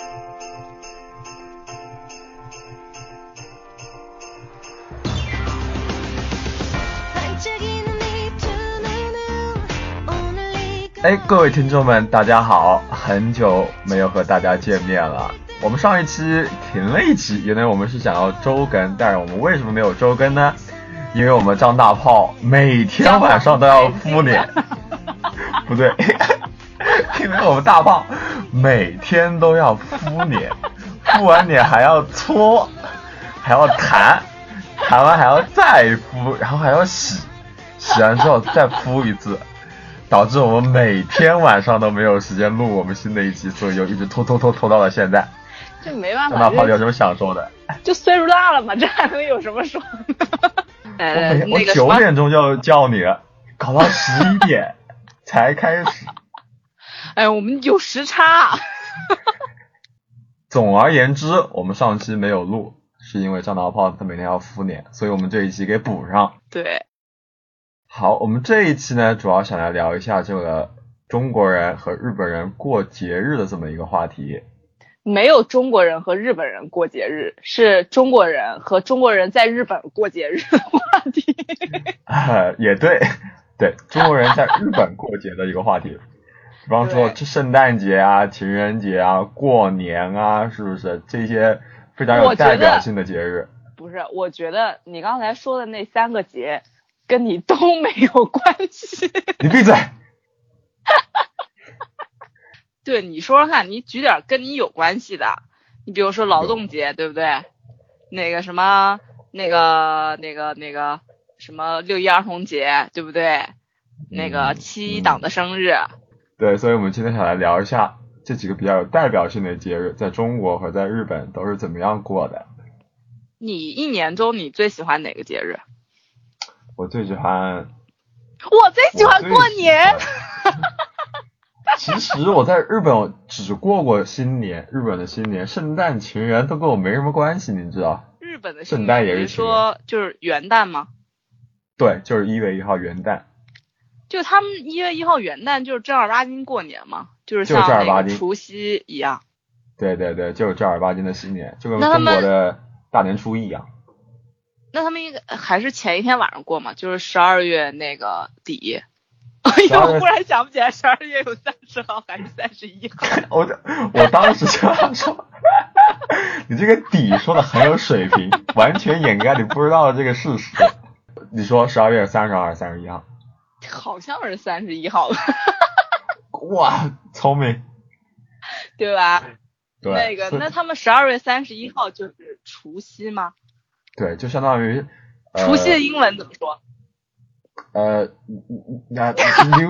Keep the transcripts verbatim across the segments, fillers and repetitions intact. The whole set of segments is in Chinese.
哎，各位听众们，大家好，很久没有和大家见面了。我们上一期停了一期，原来我们是想要周更，但是我们为什么没有周更呢？因为我们张大炮每天晚上都要敷脸，不对，因为我们大炮每天都要敷脸，敷完脸还要搓，还要弹，弹完还要再敷，然后还要洗，洗完之后再敷一次。导致我们每天晚上都没有时间录我们新的一期，所以就一直拖拖拖拖到了现在。 这没办法， 那炮有什么想说的？ 就岁数大了嘛，这还能有什么说的？ 呃，我我九点钟就叫你，搞到十一点才开始。 哎，我们有时差。 总而言之，我们上期没有录，是因为张大炮他每天要敷脸，所以我们这一期给补上。 对。 好，我们这一期呢，主要想来聊一下这个中国人和日本人过节日的这么一个话题。 没有中国人和日本人过节日，是中国人和中国人在日本过节日的话题。 啊，也对，对，中国人在日本过节的一个话题。比方说，这圣诞节啊、情人节啊、过年啊，是不是这些非常有代表性的节日？ 不是，我觉得你刚才说的那三个节跟你都没有关系。 你闭嘴。 对，你说说看，你举点跟你有关系的。你比如说劳动节，对不对？那个什么，那个那个那个什么六一儿童节，对不对？那个七一党的生日。 嗯嗯、对，所以我们今天想来聊一下这几个比较有代表性的节日，在中国和在日本都是怎么样过的。 你一年中你最喜欢哪个节日？ 我最喜欢， 我最喜欢过年。 其实我在日本只过过新年，日本的新年、圣诞、情人都跟我没什么关系，你知道？ 日本的圣诞也是说就是元旦吗？ 对，就是一月一号元旦。 就他们一月一号元旦就是正儿八经过年嘛，就是像那个除夕一样。 对对对，就是正儿八经的新年，就跟中国的大年初一一样。 那他们应该还是前一天晚上过嘛，就是十二月那个底。哎呀，我忽然想不起来十二月有三十号还是三十一号。 我我当时就想说，你这个底说的很有水平，完全掩盖你不知道的这个事实。你说十二月三十号还是三十一号？ 好像是三十一号吧。 哇，聪明， 对吧？ 对， 那个，那他们十二月三十一号就是除夕吗？ 对，就相当于、 呃、除夕的英文怎么说？ 呃，那 New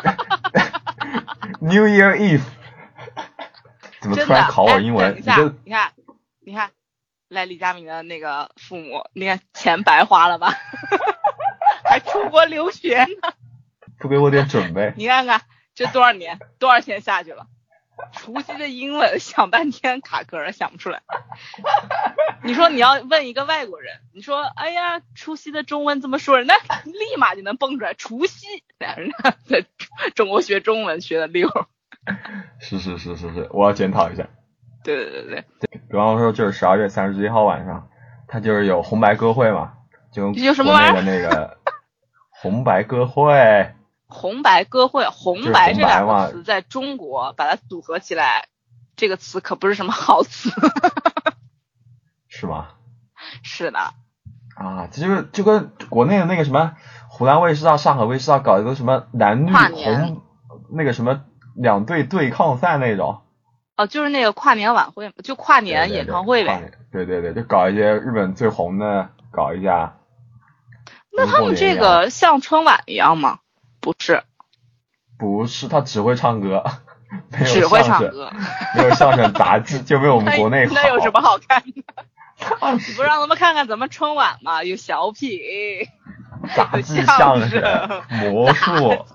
New Year Eve 怎么突然考我英文？ 你看，你看，你看，来李佳敏的那个父母，你看钱白花了吧？还出国留学呢， 不给我点准备。 你看看这多少年，多少钱下去了？除夕的英文想半天卡壳想不出来。你说你要问一个外国人，你说哎呀除夕的中文怎么说，人家立马就能蹦出来除夕，人家在中国学中文学的溜。 是是是是是，我要检讨一下。 对对对对对，比方说就是十二月三十一号晚上，它就是有红白歌会嘛，就有什么玩意儿？ 那个红白歌会。 红白歌会，红白这两个词在中国把它组合起来，这个词可不是什么好词。 是吗？ 是的。 啊，这就就跟国内的那个什么湖南卫视啊、上海卫视啊搞一个什么男女红那个什么两队对抗赛那种。 哦，就是那个跨年晚会，就跨年演唱会呗。 对对 对, 对, 对，就搞一些日本最红的，搞一下。 那他们这个像春晚一样吗？不是， 不是，他只会唱歌，没有只会唱歌， 没有相声杂技，就没有我们国内好。 那有什么好看的？你不让他们看看咱们春晚吗？有小品、 杂技、相声、魔术，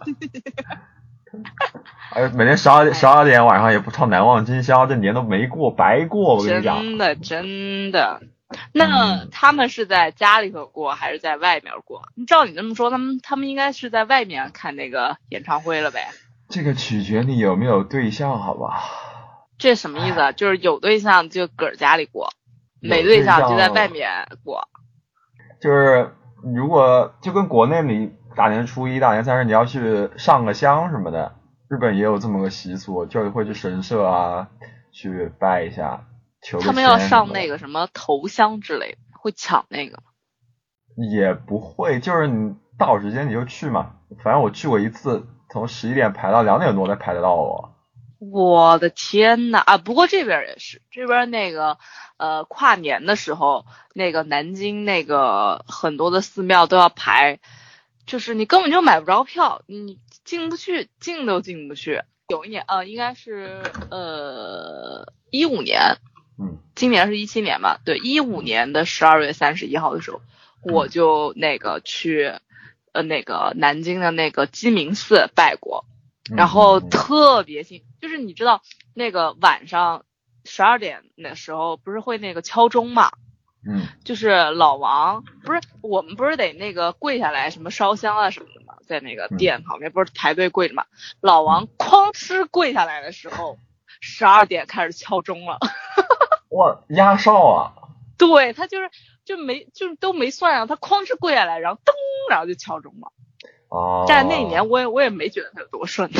哎，每天十二十二点晚上也不唱《难忘今宵》，这年都没过，白过，我跟你讲。 真的真的。那他们是在家里头过还是在外面过？照你这么说，他们他们应该是在外面看那个演唱会了呗？ 这个取决你有没有对象，好吧？ 这什么意思啊？就是有对象就搁家里过，没对象就在外面过。 就是如果就跟国内里大年初一、大年三十你要去上个香什么的，日本也有这么个习俗，就是会去神社啊去拜一下，求个他们要签上那个什么头香之类的，会抢那个吗？ 也不会，就是你到时间你就去嘛。反正我去过一次，从十一点排到两点多才排得到我。 我的天呐啊！不过这边也是，这边那个呃跨年的时候，那个南京那个很多的寺庙都要排，就是你根本就买不着票，你进不去，进都进不去。有一年呃应该是呃一五年， 嗯， 今年是一七年吧？对，一五年的十二月三十一号的时候，我就那个去呃那个南京的那个鸡鸣寺拜过。然后特别幸，就是你知道那个晚上十二点的时候不是会那个敲钟嘛？ 嗯， 就是老王不是我们不是得那个跪下来什么烧香啊什么的嘛，在那个店旁边不是排队跪着嘛？老王哐哧跪下来的时候，十二点开始敲钟了。 哇，压哨啊！ 对，他就是就没就都没算上，他哐哧跪下来，然后噔，然后就敲钟了。 哦， 但那一年我也我也没觉得他有多顺。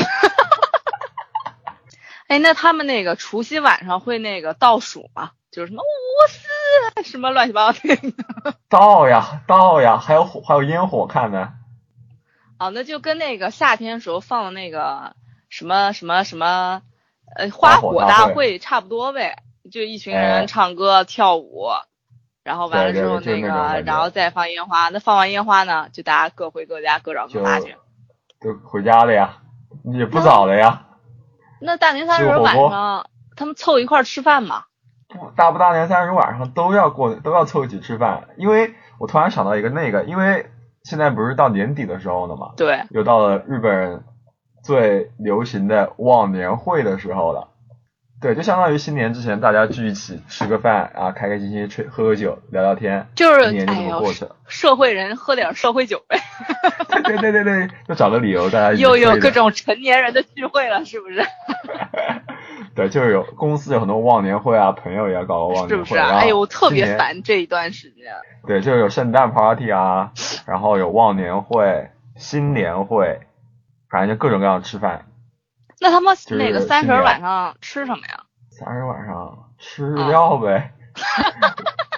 哎，那他们那个除夕晚上会那个倒数吗？就是什么五四什么乱七八糟的。 倒呀倒呀，还有还有烟火看呢。 哦，那就跟那个夏天时候放的那个什么什么什么呃花火大会差不多呗，就一群人唱歌、哎、跳舞。然后完了之后，那个，然后再放烟花。那放完烟花呢，就大家各回各家，各找各妈去。 就回家了呀，也不早了呀。 那大年三十晚上，他们凑一块吃饭嘛？ 不，大不大年三十晚上都要过，都要凑一起吃饭。因为我突然想到一个那个，因为现在不是到年底的时候了嘛？ 对。 又到了日本人最流行的忘年会的时候了。对，就相当于新年之前大家聚一起吃个饭啊，开开心心吹喝个酒聊聊天， 就是年就这么过去了、哎。 社会人喝点社会酒呗。 对对对对，就找个理由大家又有各种成年人的聚会了，是不是？ 对，就是有公司有很多忘年会啊，朋友也要搞个忘年会， 是不是、啊？哎呦，我特别烦这一段时间。 对，就有圣诞 party 啊，然后有忘年会、新年会，反正就各种各样吃饭。 那他们那个三十晚上吃什么呀？ 三十晚上吃日料呗。啊、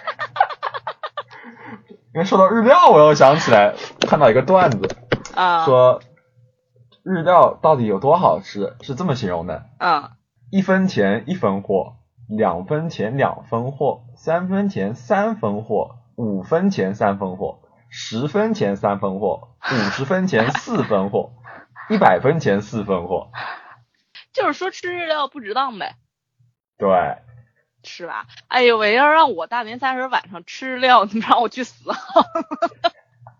因为说到日料，我又想起来看到一个段子， 啊， 说日料到底有多好吃，是这么形容的： 嗯， 一分钱一分货，两分钱两分货，三分钱三分货，五分钱三分货，十分钱三分货，五十分钱四分货，一百分钱四分货。 就是说吃日料不值当呗。 对， 是吧？哎呦喂，要让我大年三十晚上吃日料，你让我去死好了。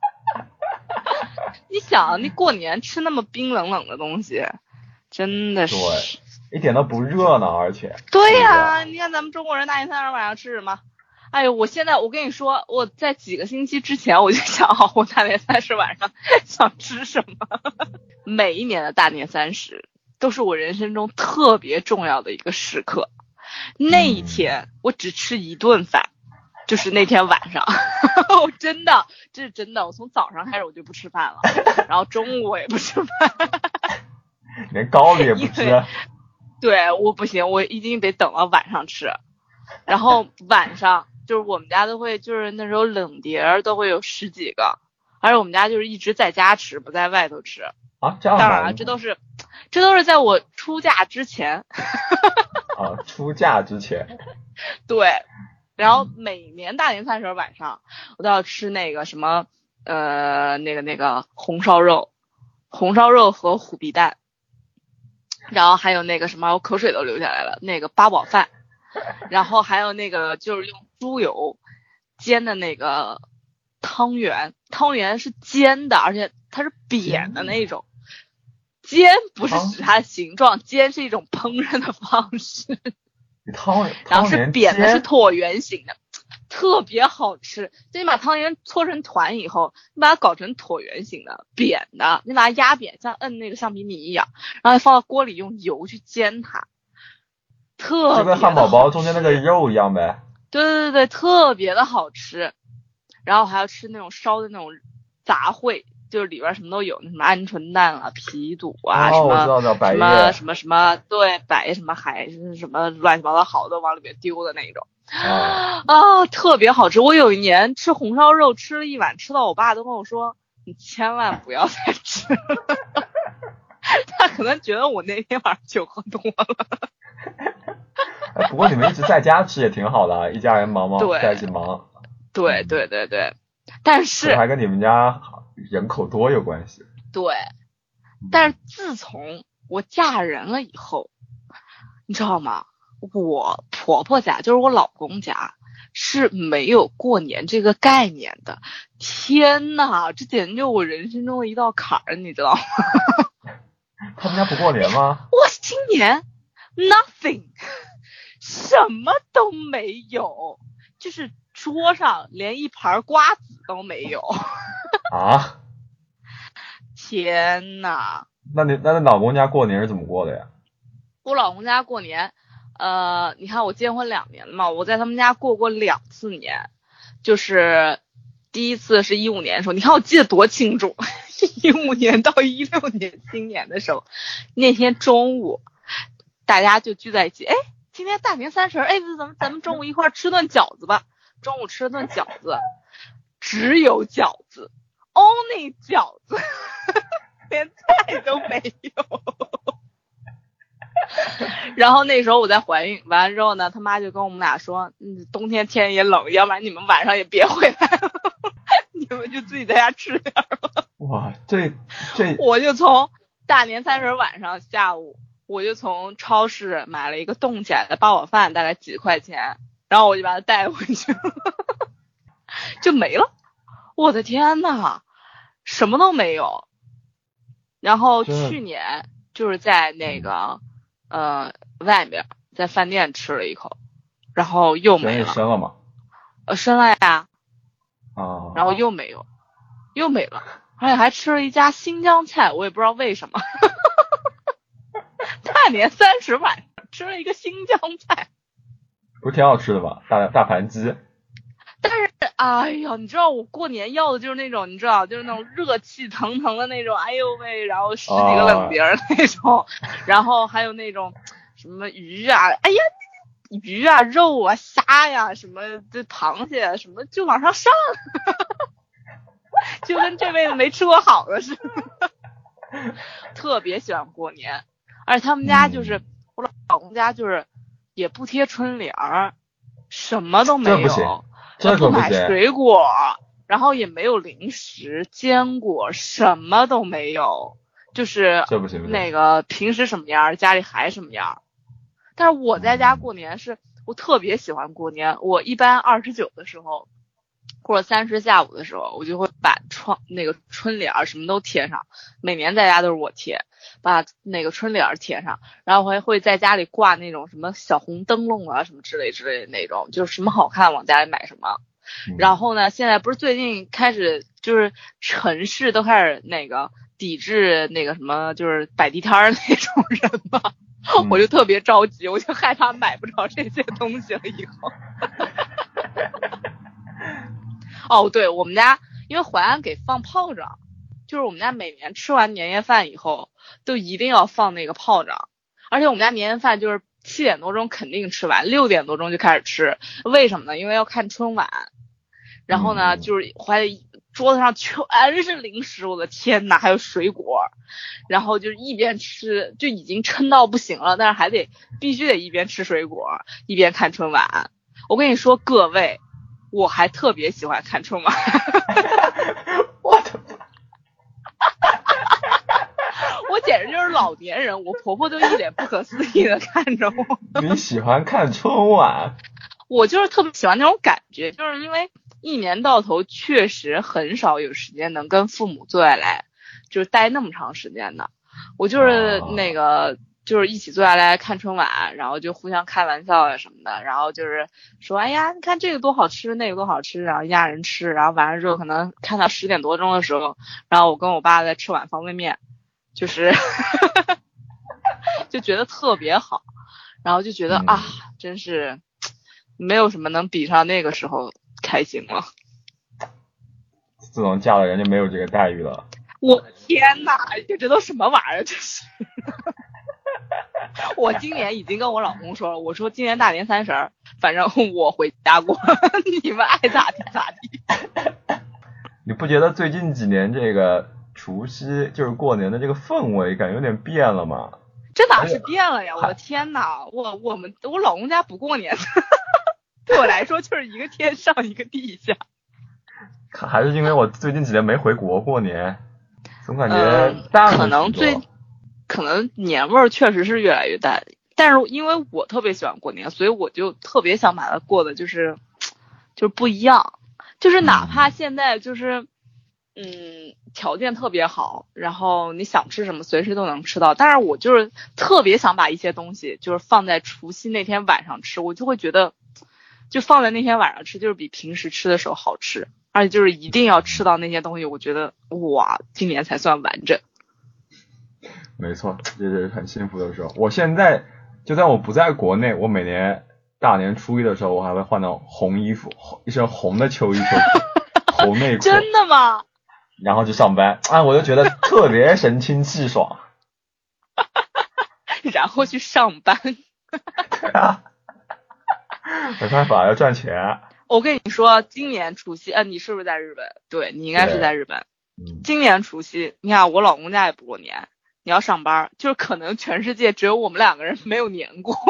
你想，你过年吃那么冰冷冷的东西，真的是对，一点都不热闹，而且对呀、啊，你看咱们中国人大年三十晚上吃什么？哎呦，我现在我跟你说，我在几个星期之前我就想好我大年三十晚上想吃什么。每一年的大年三十都是我人生中特别重要的一个时刻。那一天我只吃一顿饭，就是那天晚上。真的，这是真的。我从早上开始我就不吃饭了，然后中午我也不吃饭， 连糕里也不吃。 对，我不行，我一定得等到晚上吃。然后晚上就是我们家都会，就是那时候冷碟都会有十几个，而且我们家就是一直在家吃，不在外头吃。 啊，这样当然了，这都是，这都是在我出嫁之前。 啊，出嫁之前。 对，然后每年大年三十晚上，我都要吃那个什么，呃，那个那个红烧肉，红烧肉和虎皮蛋，然后还有那个什么，我口水都流下来了，那个八宝饭，然后还有那个就是用猪油煎的那个汤圆，汤圆是煎的，而且它是扁的那种。煎不是指它的形状，煎是一种烹饪的方式。 汤然后是扁的，是椭圆形的，特别好吃。就你把汤圆搓成团以后，你把它搞成椭圆形的、扁的，你把它压扁，像摁那个橡皮泥一样，然后放到锅里用油去煎它， 特别就跟汉堡包中间那个肉一样呗。 对对对，特别的好吃。然后还要吃那种烧的那种杂烩，就是里边什么都有，什么鹌鹑蛋啊、皮肚啊， 哦， 什么我知道的，百什叶么什么什么，对，百叶什么海什么乱七八糟好的往里面丢的那种。 啊啊，特别好吃！我有一年吃红烧肉，吃了一碗，吃到我爸都跟我说：“你千万不要再吃了。”他可能觉得我那天晚上酒喝多了。 哎，不过你们一直在家吃也挺好的，一家人忙忙在一起忙。 对对对对，但是还跟你们家人口多有关系。 对，但是自从我嫁人了以后，你知道吗？我婆婆家就是我老公家是没有过年这个概念的。天哪，这简直就我人生中的一道坎儿，你知道吗？ 他们家不过年吗？ 我今年 nothing， 什么都没有，就是桌上连一盘瓜子都没有。 啊？ 天哪！ 那你那你老公家过年是怎么过的呀？ 我老公家过年，呃，你看我结婚两年了嘛，我在他们家过过两次年，就是第一次是一五年的时候，你看我记得多清楚，一五年到一六年新年的时候，那天中午大家就聚在一起，哎，今天大年三十，哎，咱们咱们中午一块吃顿饺子吧。中午吃了顿饺子，只有饺子 ，only 饺子，连菜都没有。然后那时候我在怀孕，完了之后呢，他妈就跟我们俩说，嗯，冬天天也冷，要不然你们晚上也别回来了，你们就自己在家吃点吧。 哇，这这， 我就从大年三十晚上下午，我就从超市买了一个冻起来的八宝饭，大概几块钱，然后我就把它带回去了，就没了。我的天呐，什么都没有。然后去年就是在那个呃外面在饭店吃了一口，然后又没了。 生了吗？ 呃，生了呀。 啊。 然后又没有，又没了，而且还吃了一家新疆菜，我也不知道为什么。大年三十晚上吃了一个新疆菜， 不是挺好吃的吧？大大盘鸡。 但是，哎呀，你知道我过年要的就是那种，你知道，就是那种热气腾腾的那种，哎呦喂，然后十几个冷碟儿那种，哦、然后还有那种什么鱼啊，哎呀，鱼啊、肉啊、虾呀，什么这螃蟹啊，什么就往上上，就跟这辈子没吃过好的似的。特别喜欢过年，而且他们家就是、嗯、我老公家就是也不贴春联儿，什么都没有。 这不行。这不买水果，然后也没有零食、坚果，什么都没有，就是那个平时什么样，家里还什么样。但是我在家过年是，我特别喜欢过年。我一般二十九的时候，或者三十下午的时候，我就会把窗那个春联什么都贴上。每年在家都是我贴，把那个春联贴上，然后还会在家里挂那种什么小红灯笼啊，什么之类之类的那种，就是什么好看往家里买什么。嗯、然后呢，现在不是最近开始就是城市都开始那个抵制那个什么，就是摆地摊儿那种人嘛，嗯、我就特别着急，我就害怕买不着这些东西了以后。哦，对，我们家因为淮安给放炮仗，就是我们家每年吃完年夜饭以后，都一定要放那个炮仗，而且我们家年夜饭就是七点多钟肯定吃完，六点多钟就开始吃，为什么呢？因为要看春晚，然后呢，就是怀桌子上全是零食，我的天哪，还有水果，然后就是一边吃就已经撑到不行了，但是还得必须得一边吃水果一边看春晚。我跟你说，各位。我还特别喜欢看春晚， 我的， 我简直就是老年人，我婆婆都一脸不可思议的看着我。 你喜欢看春晚？ 我就是特别喜欢那种感觉，就是因为一年到头确实很少有时间能跟父母坐下来，就是待那么长时间的。我就是那个。就是一起坐下来看春晚，然后就互相开玩笑啊什么的，然后就是说，哎呀，你看这个多好吃，那个多好吃，然后一家人吃，然后完了之后可能看到十点多钟的时候，然后我跟我爸在吃碗方便面，就是就觉得特别好。 然后就觉得、 嗯、 啊，真是没有什么能比上那个时候开心了。 自从嫁了人就没有这个待遇了。 我的天哪，这都什么玩意儿？这是。我今年已经跟我老公说了，我说今年大年三十儿，反正我回家过，你们爱咋地咋地。 你不觉得最近几年这个除夕就是过年的这个氛围感觉有点变了吗？ 这哪是变了呀！我的天哪，我我们我老公家不过年，对我来说就是一个天上一个地下。 还是因为我最近几年没回国过年，总感觉淡了、 嗯、可能最可能年味儿确实是越来越淡，但是因为我特别喜欢过年，所以我就特别想把它过的就是就是不一样，就是哪怕现在就是嗯条件特别好，然后你想吃什么随时都能吃到，但是我就是特别想把一些东西就是放在除夕那天晚上吃，我就会觉得就放在那天晚上吃就是比平时吃的时候好吃，而且就是一定要吃到那些东西，我觉得哇今年才算完整。 没错，这是很幸福的时候。我现在就算我不在国内，我每年大年初一的时候，我还会换到红衣服，一身红的秋衣秋裤，红内裤。 真的吗？ 然后去上班啊，我就觉得特别神清气爽。 然后去上班。 对啊，没办法，要赚钱。 我跟你说，今年除夕，呃，你是不是在日本？对，你应该是在日本。 嗯， 今年除夕，你看我老公家也不过年，你要上班，就是可能全世界只有我们两个人没有年过。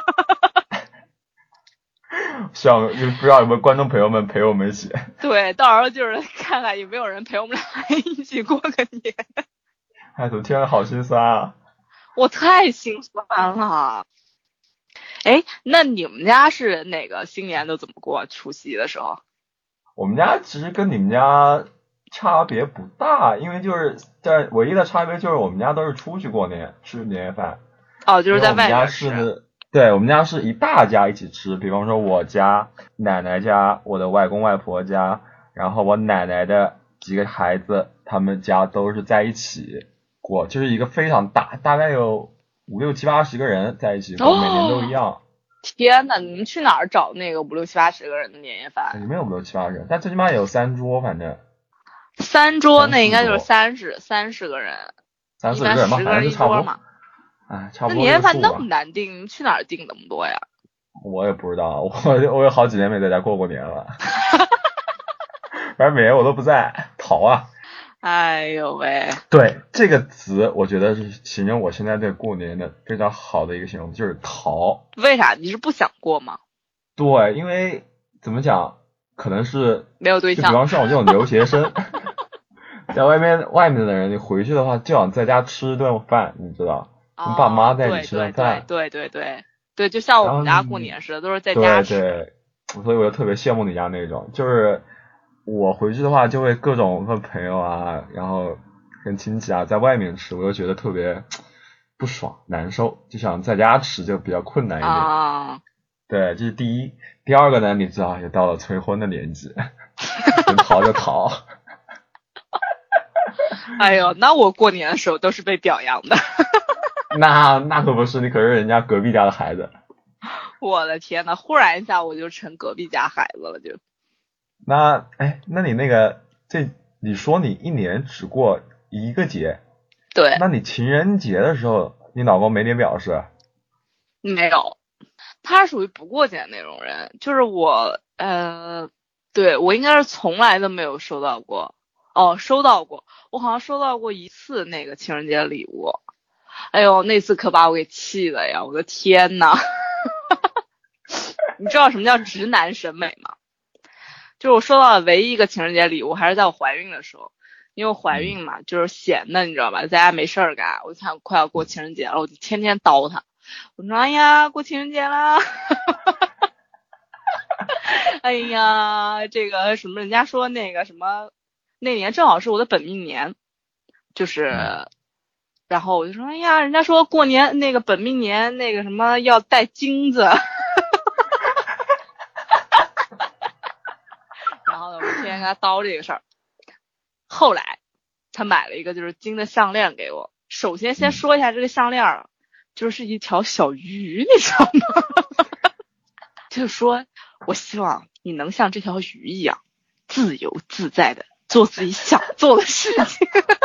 希望不知道有没有观众朋友们陪我们一起。 对，到时候就是看看有没有人陪我们俩一起过个年。 哎，我天，好心酸啊！ 我太心酸了。哎，那你们家是哪个新年都怎么过？除夕的时候？ 我们家其实跟你们家差别不大，因为就是在唯一的差别就是我们家都是出去过年，吃年夜饭。 哦，就是在外面吃。 我们家是，对，我们家是一大家一起吃，比方说我家、奶奶家、我的外公外婆家，然后我奶奶的几个孩子，他们家都是在一起过，就是一个非常大，大概有五六七八十个人在一起过， 哦、 每年都一样。 天哪，你们去哪儿找那个五六七八十个人的年夜饭？ 里面有五六七八十人，但最起码也有三桌，反正。 三桌那应该就是三十三十个人， 三四十个人嘛，反正就差不多嘛。 哎，差不多。 那年夜饭那么难订，你们去哪儿订那么多呀？ 我也不知道，我我有好几年没在家过过年了。反正每年我都不在，逃啊！ 哎呦喂！ 对这个词，我觉得是形容我现在对过年的非常好的一个形容，就是逃。 为啥？你是不想过吗？ 对，因为怎么讲，可能是没有对象。 就比方像我这种留学生，在外面外面的人，你回去的话就想在家吃顿饭，你知道，跟、哦、爸妈在一起吃顿饭。 对对对对对，对，就像我们家过年似的，都是在家吃。 对对，所以我就特别羡慕你家那种，就是我回去的话就会各种跟朋友啊，然后跟亲戚啊在外面吃，我就觉得特别不爽难受，就想在家吃就比较困难一点。 啊， 对，这是第一。第二个呢，你知道也到了催婚的年纪，能逃就逃。 哎呦，那我过年的时候都是被表扬的。 那那可不是，你可是人家隔壁家的孩子。 我的天呐，忽然一下我就成隔壁家孩子了就。 那哎，那你那个这你说你一年只过一个节， 对， 那你情人节的时候，你老公没点表示？ 没有，他属于不过节那种人，就是我呃，对我应该是从来都没有收到过，哦，收到过，我好像收到过一次那个情人节礼物，哎呦，那次可把我给气的呀，我的天呐。你知道什么叫直男审美吗？就是我收到的唯一一个情人节礼物还是在我怀孕的时候，因为我怀孕嘛，就是闲的你知道吧，在家没事儿干，我就想快要过情人节了，我就天天叨他，我说哎呀过情人节啦。哎呀这个什么人家说那个什么那年正好是我的本命年，就是然后我就说哎呀人家说过年那个本命年那个什么要带金子。然后呢，我天天跟他叨这个事儿。后来他买了一个就是金的项链给我。首先先说一下这个项链， 就是一条小鱼，你知道吗？就是说我希望你能像这条鱼一样自由自在的做自己想做的事情。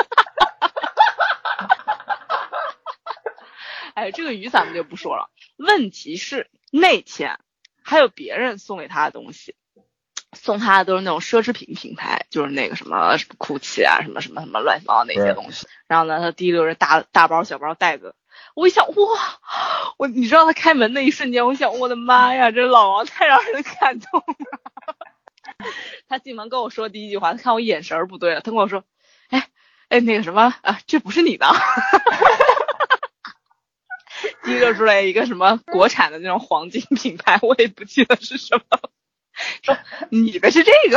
哎，这个鱼咱们就不说了。问题是那天还有别人送给他的东西，送他的都是那种奢侈品品牌，就是那个什么什么 GUCCI 啊，什么什么什么乱七八糟那些东西。然后呢，他提溜着大大包小包袋子，我一想哇，我你知道他开门那一瞬间，我想我的妈呀，这老王太让人感动了。他进门跟我说第一句话，他看我眼神不对了，他跟我说，哎哎那个什么啊，这不是你的。提溜出来一个什么国产的那种黄金品牌，我也不记得是什么，说你的是这个。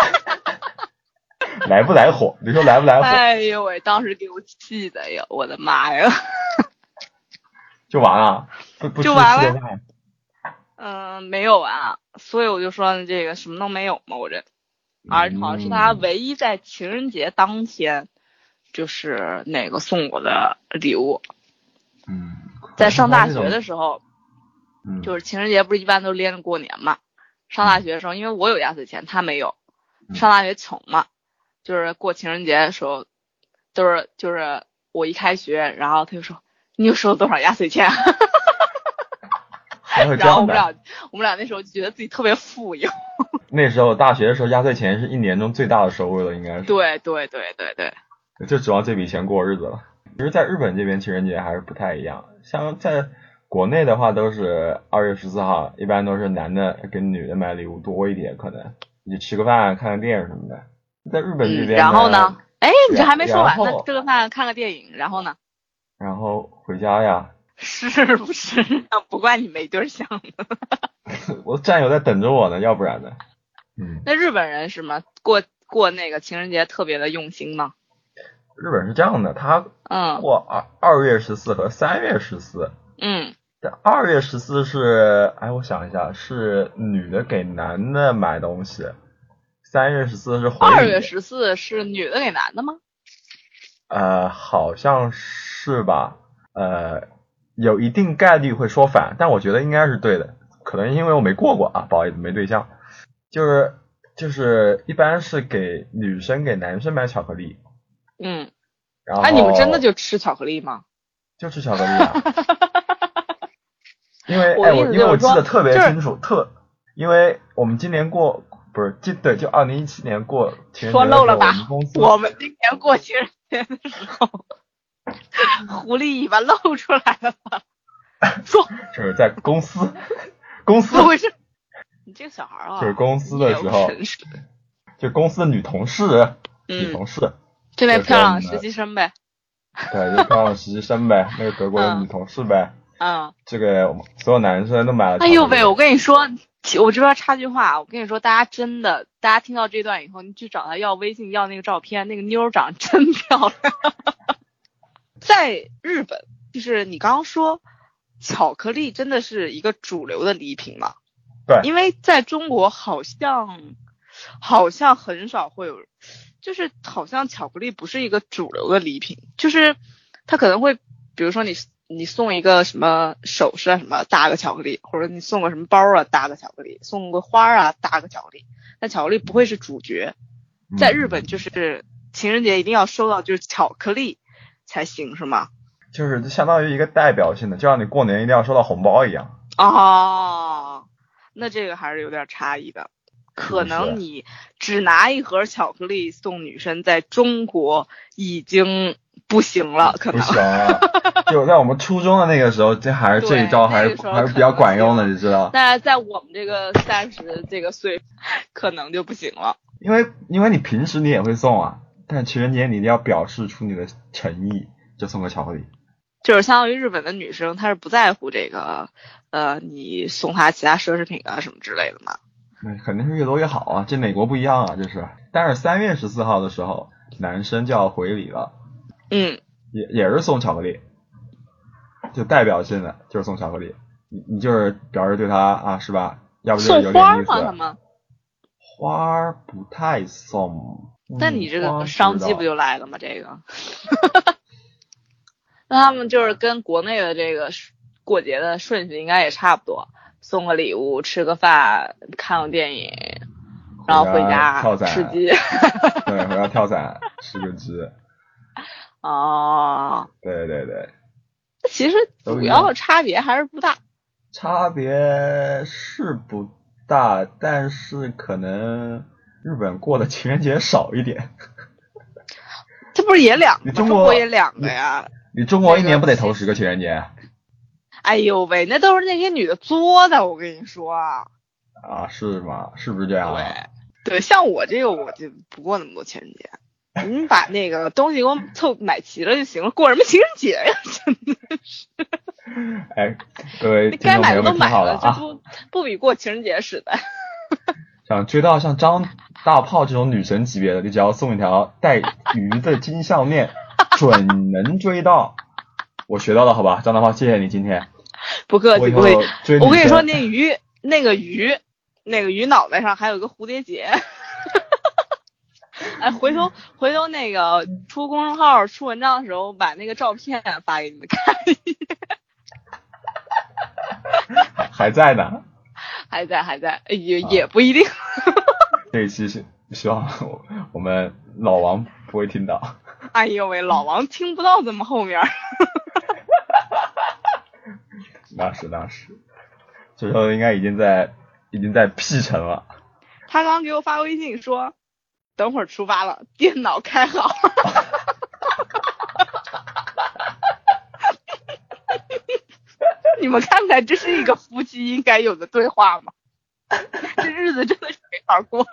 来不来火？你说来不来火？ 哎呦喂，当时给我气的呀，我的妈呀！ 就完了，不不就完了。 嗯、 呃，没有完，所以我就说这个什么都没有嘛，我这，而好像是他唯一在情人节当天，就是那个送我的礼物。 嗯， 在上大学的时候， 嗯， 就是情人节不是一般都连着过年嘛？上大学的时候，因为我有压岁钱，他没有，上大学穷嘛，就是过情人节的时候，都是就是我一开学，然后他就说你又收了多少压岁钱？然后我们俩我们俩那时候就觉得自己特别富有。 那时候大学的时候，压岁钱是一年中最大的收入了，应该是。 对对对对对， 就指望这笔钱过日子了。其实，在日本这边情人节还是不太一样，像在国内的话，都是二月十四号，一般都是男的给女的买礼物多一点，可能你吃个饭、看个电影什么的。在日本这边、 嗯，然后呢？哎，你这还没说完呢，吃个饭、看个电影，然后呢？ 然后回家呀。 是不是？不怪你没对象的。 我战友在等着我呢，要不然呢？嗯。 那日本人是吗？过过那个情人节特别的用心吗？ 日本是这样的，他嗯过二二月十四和三月十四。 嗯。 二月十四是，哎，我想一下，是女的给男的买东西。三月十四是回礼。 二月十四是女的给男的吗？ 呃，好像是吧。呃，有一定概率会说反，但我觉得应该是对的。可能因为我没过过啊，不好意思，没对象。就是就是一般是给女生给男生买巧克力。 嗯。 然后。 哎、啊，你们真的就吃巧克力吗？ 就吃巧克力啊。因为哎，我因为我记得特别清楚，就是、特，因为我们今年过不是记对，就二零一七年过情人节说漏了吧？ 我们公司我们今年过情人节的时候，狐狸尾巴露出来了吧？说就是在公司，公司怎么回事？你这个小孩啊， 就是公司的时候，就公司的女同事， 嗯、 女同事， 这位漂亮的实习生呗。 对，就漂亮的实习生呗，那个德国的女同事呗。 嗯， 这个所有男生都买了。 哎呦喂，我跟你说，我这边插句话，我跟你说，大家真的，大家听到这段以后，你去找他要微信，要那个照片，那个妞长得真漂亮。在日本，就是你刚刚说，巧克力真的是一个主流的礼品嘛？ 对。 因为在中国好像，好像很少会有，就是好像巧克力不是一个主流的礼品，就是他可能会，比如说你。你送一个什么首饰啊，什么搭个巧克力，或者你送个什么包啊，搭个巧克力，送个花啊，搭个巧克力。但巧克力不会是主角，在日本就是情人节一定要收到就是巧克力才行，是吗？ 就是相当于一个代表性的，就像你过年一定要收到红包一样。 哦，那这个还是有点差异的。可能你只拿一盒巧克力送女生，在中国已经不行了，可能不行了。就在我们初中的那个时候，这还是这一招还是、那个、还是比较管用的，你知道？ 但是在我们这个三十这个岁，可能就不行了。 因为因为你平时你也会送啊，但情人节你一定要表示出你的诚意，就送个巧克力。 就是相当于日本的女生，她是不在乎这个，呃，你送她其他奢侈品啊什么之类的嘛。 那肯定是越多越好啊，这美国不一样啊，这是。但是三月十四号的时候，男生就要回礼了。 嗯。 也也是送巧克力，就代表性的就是送巧克力，你你就是表示对他啊，是吧？要不就有点意思。 送花吗？他们花不太送。 那你这个商机不就来了吗？这个。 那他们就是跟国内的这个过节的顺序应该也差不多，送个礼物，吃个饭，看个电影，然后回家吃鸡。 对，回家跳伞，吃个鸡。 哦。 对对对。 其实主要的差别还是不大。 差别是不大，但是可能日本过的情人节少一点。 这不是也两个？ 你中国, 中国也两个呀。 你, 你中国一年不得头十个情人节？ 哎呦喂，那都是那些女的作的，我跟你说。 啊，是吗？是不是这样啊？ 对对，像我这个我就不过那么多情人节。你把那个东西给我凑买齐了就行了，过什么情人节呀？真的是。 哎，各位听众朋友们听好了啊， 就不不比过情人节似的。 想追到像张大炮这种女神级别的，你只要送一条带鱼的金项链，准能追到。我学到了，好吧，张大炮，谢谢你今天。 不客气，不客气。 我跟你说，那鱼，那个鱼，那个鱼脑袋上还有个蝴蝶结。哎，回头回头那个出公众号出文章的时候，把那个照片发给你们看一眼。 还在呢。 还在还在，也也不一定。 这一期是希望我们老王不会听到。 哎呦喂，老王听不到这么后面。 那是那是，这时候应该已经在已经在 P 城了。 他刚给我发微信说，等会儿出发了，电脑开好。你们看看，这是一个夫妻应该有的对话吗？这日子真的是没法过。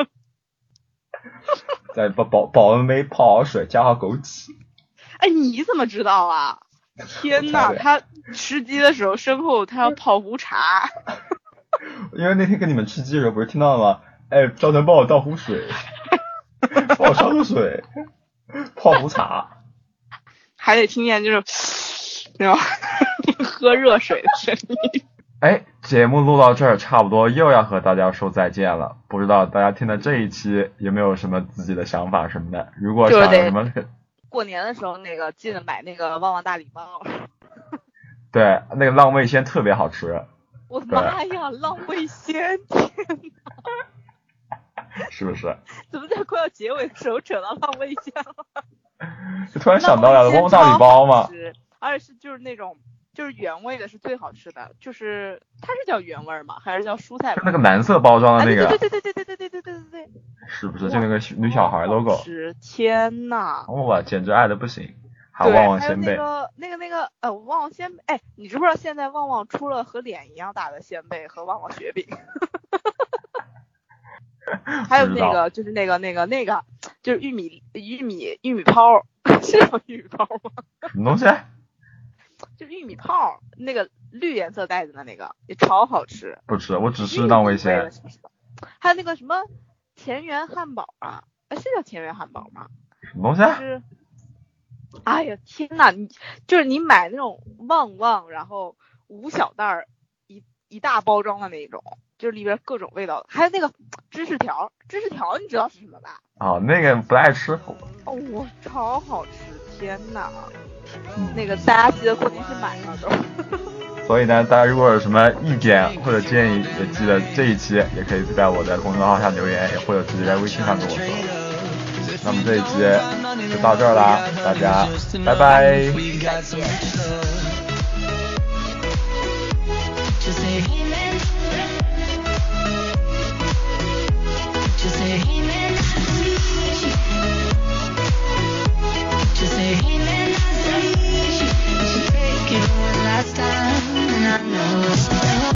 再保保保温杯泡好水，加好枸杞。 哎，你怎么知道啊？天哪，他吃鸡的时候身后他要泡壶茶。 因为那天跟你们吃鸡的时候不是听到了吗？哎，赵腾帮我倒壶水，帮我烧个水，泡壶茶， 还得听见就是那种喝热水的声音。 哎，节目录到这儿差不多又要和大家说再见了，不知道大家听的这一期有没有什么自己的想法什么的？如果想什么， 过年的时候那个记得买那个旺旺大礼包。 对，那个浪味仙特别好吃。 我的妈呀，浪味仙！天哪！ 是不是？ 怎么在快要结尾的时候扯到浪味仙了？ 就突然想到了旺旺大礼包嘛， 而且是就是那种就是原味的是最好吃的，就是它是叫原味吗？还是叫蔬菜？ 就那个蓝色包装的那个。 对对对对对对对对对对对。 是不是就那个女小孩 logo？ 是，天哪！ 哇，简直爱的不行。还有旺旺仙贝。 那个那个那个呃旺旺仙贝，哎，你知不知道现在旺旺出了和脸一样大的仙贝和旺旺雪饼？还有那个就是那个那个那个就是玉米玉米玉米泡，是叫玉米泡吗？ 什么东西？ 就是玉米泡，那个绿颜色袋子的那个也超好吃。 不吃，我只吃浪味仙。 还有那个什么田园汉堡啊，哎，是叫田园汉堡吗？ 什么东西？ 就是哎呀天哪，你就是你买那种旺旺，然后五小袋一一大包装的那种，就是里边各种味道的，还有那个芝士条，芝士条你知道是什么吧？ 哦，那个不爱吃。 哦，我超好吃，天哪！嗯、那个大家记得过年去买那种。 所以呢，大家如果有什么意见或者建议，也记得这一期也可以在我的公众号下留言，也或者直接在微信上跟我说。那么这一期就到这儿啦，大家拜拜。 再见。